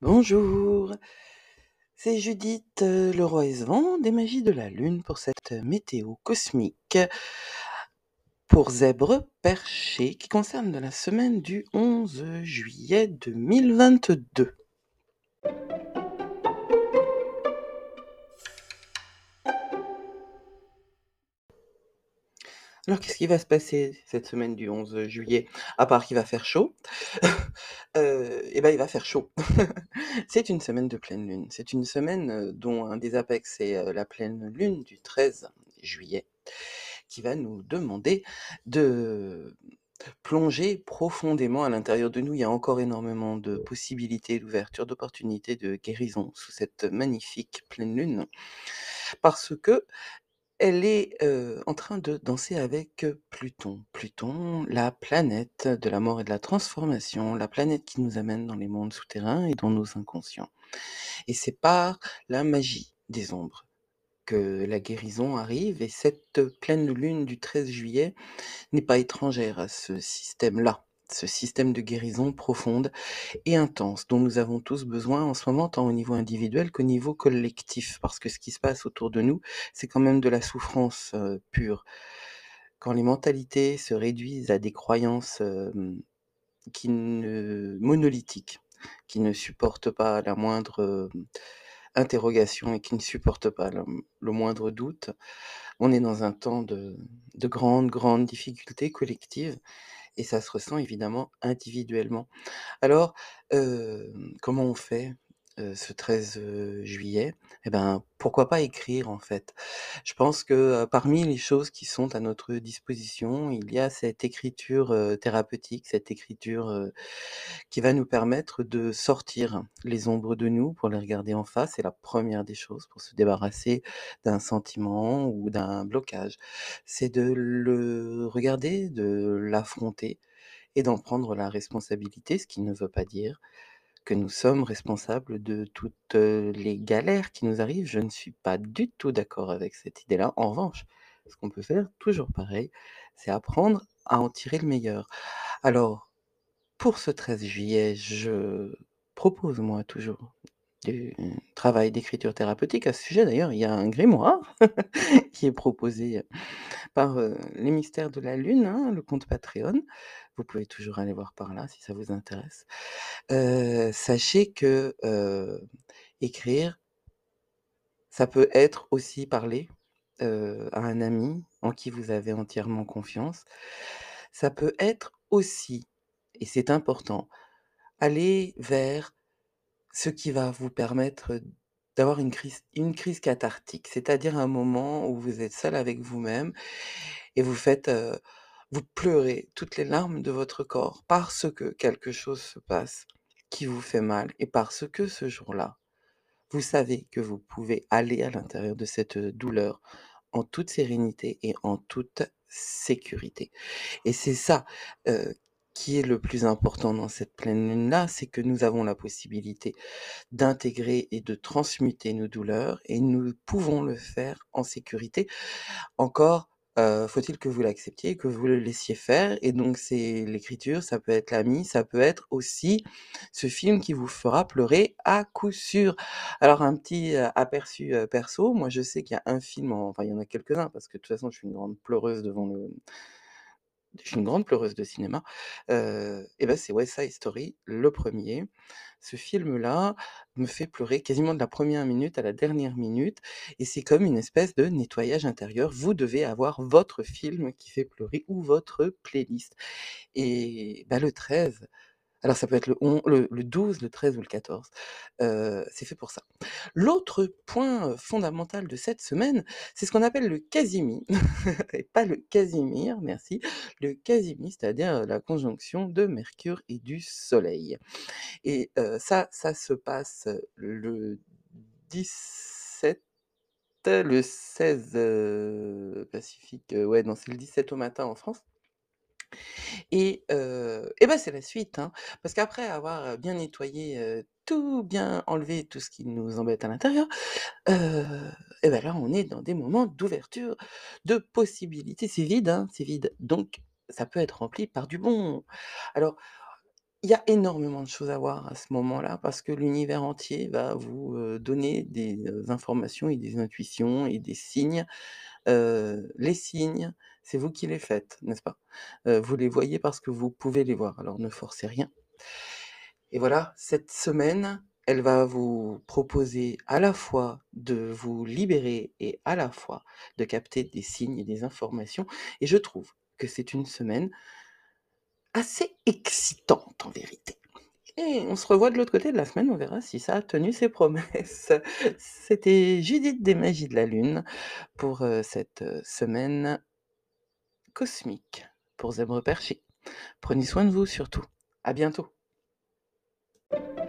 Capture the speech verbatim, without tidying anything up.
Bonjour, c'est Judith euh, Leroy-Svan des Magies de la Lune pour cette météo cosmique pour zèbre perché qui concerne de la semaine du onze juillet deux mille vingt-deux. Alors qu'est-ce qui va se passer cette semaine du onze juillet? À part qu'il va faire chaud, euh, eh ben il va faire chaud. C'est une semaine de pleine lune. C'est une semaine euh, dont un des apex est euh, la pleine lune du treize juillet, qui va nous demander de plonger profondément à l'intérieur de nous. Il y a encore énormément de possibilités, d'ouverture, d'opportunités, de guérison sous cette magnifique pleine lune, parce que elle est euh, en train de danser avec Pluton. Pluton, la planète de la mort et de la transformation, la planète qui nous amène dans les mondes souterrains et dans nos inconscients. Et c'est par la magie des ombres que la guérison arrive, et cette pleine lune du treize juillet n'est pas étrangère à ce système-là, ce système de guérison profonde et intense dont nous avons tous besoin en ce moment, tant au niveau individuel qu'au niveau collectif, parce que ce qui se passe autour de nous, c'est quand même de la souffrance euh, pure. Quand les mentalités se réduisent à des croyances euh, qui ne, monolithiques, qui ne supportent pas la moindre euh, interrogation et qui ne supportent pas le, le moindre doute, on est dans un temps de, de grandes, grandes difficultés collectives, et ça se ressent évidemment individuellement. Alors, heu, comment on fait, heu, ce treize juillet? Eh ben, pourquoi pas écrire, en fait? Je pense que, heu, parmi les choses qui sont à notre disposition, il y a cette écriture, heu, thérapeutique, cette écriture, heu, qui va nous permettre de sortir les ombres de nous pour les regarder en face. C'est la première des choses pour se débarrasser d'un sentiment ou d'un blocage. C'est de le regarder, de l'affronter et d'en prendre la responsabilité, ce qui ne veut pas dire que nous sommes responsables de toutes euh, les galères qui nous arrivent. Je ne suis pas du tout d'accord avec cette idée-là. En revanche, ce qu'on peut faire, toujours pareil, c'est apprendre à en tirer le meilleur. Alors, pour ce treize juillet, je propose, moi, toujours du travail d'écriture thérapeutique. À ce sujet, d'ailleurs, il y a un grimoire qui est proposé par euh, les mystères de la Lune, hein, le compte Patreon. Vous pouvez toujours aller voir par là si ça vous intéresse. Euh, sachez que euh, écrire, ça peut être aussi parler euh, à un ami en qui vous avez entièrement confiance. Ça peut être aussi, et c'est important, aller vers ce qui va vous permettre d'avoir une crise, une crise cathartique, c'est-à-dire un moment où vous êtes seul avec vous-même et vous faites, euh, vous pleurez toutes les larmes de votre corps parce que quelque chose se passe qui vous fait mal et parce que ce jour-là, vous savez que vous pouvez aller à l'intérieur de cette douleur en toute sérénité et en toute sécurité. Et c'est ça euh, qui est le plus important dans cette pleine lune-là, c'est que nous avons la possibilité d'intégrer et de transmuter nos douleurs, et nous pouvons le faire en sécurité. Encore, heu, faut-il que vous l'acceptiez, que vous le laissiez faire, et donc c'est l'écriture, ça peut être l'ami, ça peut être aussi ce film qui vous fera pleurer à coup sûr. Alors un petit, heu, aperçu, heu, perso, moi je sais qu'il y a un film en enfin il y en a quelques-uns parce que de toute façon je suis une grande pleureuse devant le je suis une grande pleureuse de cinéma, heu et ben c'est West Side Story, le premier. Ce film-là me fait pleurer quasiment de la première minute à la dernière minute, et c'est comme une espèce de nettoyage intérieur. Vous devez avoir votre film qui fait pleurer ou votre playlist, et bah, le treize, alors ça peut être le on le le douze, le treize ou le quatorze, heu, c'est fait pour ça. L'autre point, heu, fondamental de cette semaine, c'est ce qu'on appelle le Casimi et pas le Casimir, merci. Le Casimi, c'est-à-dire, heu, la conjonction de Mercure et du Soleil, et heu, ça ça se passe, le dix-sept, le seize, heu, Pacifique, heu, ouais, non, c'est le dix-sept au matin en France. Et heu et bah, c'est la suite, hein, parce qu'après avoir, heu, bien nettoyé, heu, tout bien enlevé, tout ce qui nous embête à l'intérieur, heu et bah, là, on est dans des moments d'ouverture, de possibilités. C'est vide, hein, c'est vide, donc ça peut être rempli par du bon. Alors, Il y a énormément de choses à voir à ce moment-là parce que l'univers entier va vous, heu, donner des, heu, informations et des intuitions et des signes. Heu, les signes, c'est vous qui les faites, n'est-ce pas? Heu, vous les voyez parce que vous pouvez les voir, alors ne forcez rien. Et voilà, cette semaine, elle va vous proposer à la fois de vous libérer et à la fois de capter des signes et des informations et je trouve que c'est une semaine assez excitante en vérité. Et on se revoit de l'autre côté de la semaine, on verra si ça a tenu ses promesses. C'était Judith des Magies de la Lune pour, heu, cette, heu, semaine cosmique pour Zèbre Perché. Prenez soin de vous surtout. À bientôt.